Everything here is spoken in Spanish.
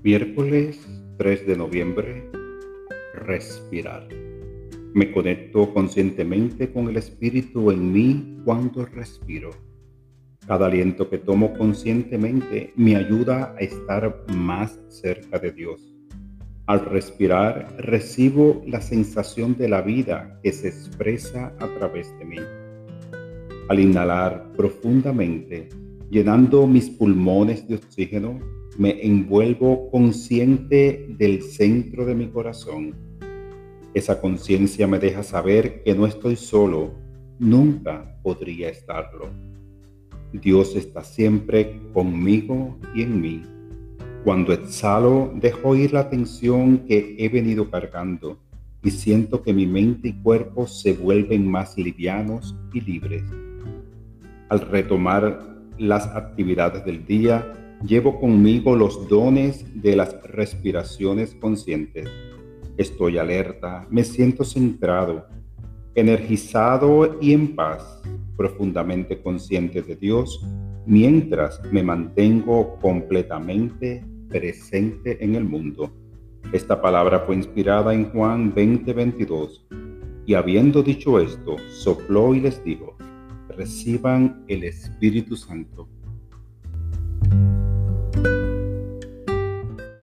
Miércoles 3 de noviembre, respirar. Me conecto conscientemente con el Espíritu en mí cuando respiro. Cada aliento que tomo conscientemente me ayuda a estar más cerca de Dios. Al respirar, recibo la sensación de la vida que se expresa a través de mí. Al inhalar profundamente, llenando mis pulmones de oxígeno, me envuelvo consciente del centro de mi corazón. Esa conciencia me deja saber que no estoy solo, nunca podría estarlo. Dios está siempre conmigo y en mí. Cuando exhalo, dejo ir la tensión que he venido cargando y siento que mi mente y cuerpo se vuelven más livianos y libres. Al retomar las actividades del día, llevo conmigo los dones de las respiraciones conscientes. Estoy alerta, me siento centrado, energizado y en paz, profundamente consciente de Dios, mientras me mantengo completamente presente en el mundo. Esta palabra fue inspirada en Juan 20:22, y habiendo dicho esto, sopló y les dijo: reciban el Espíritu Santo.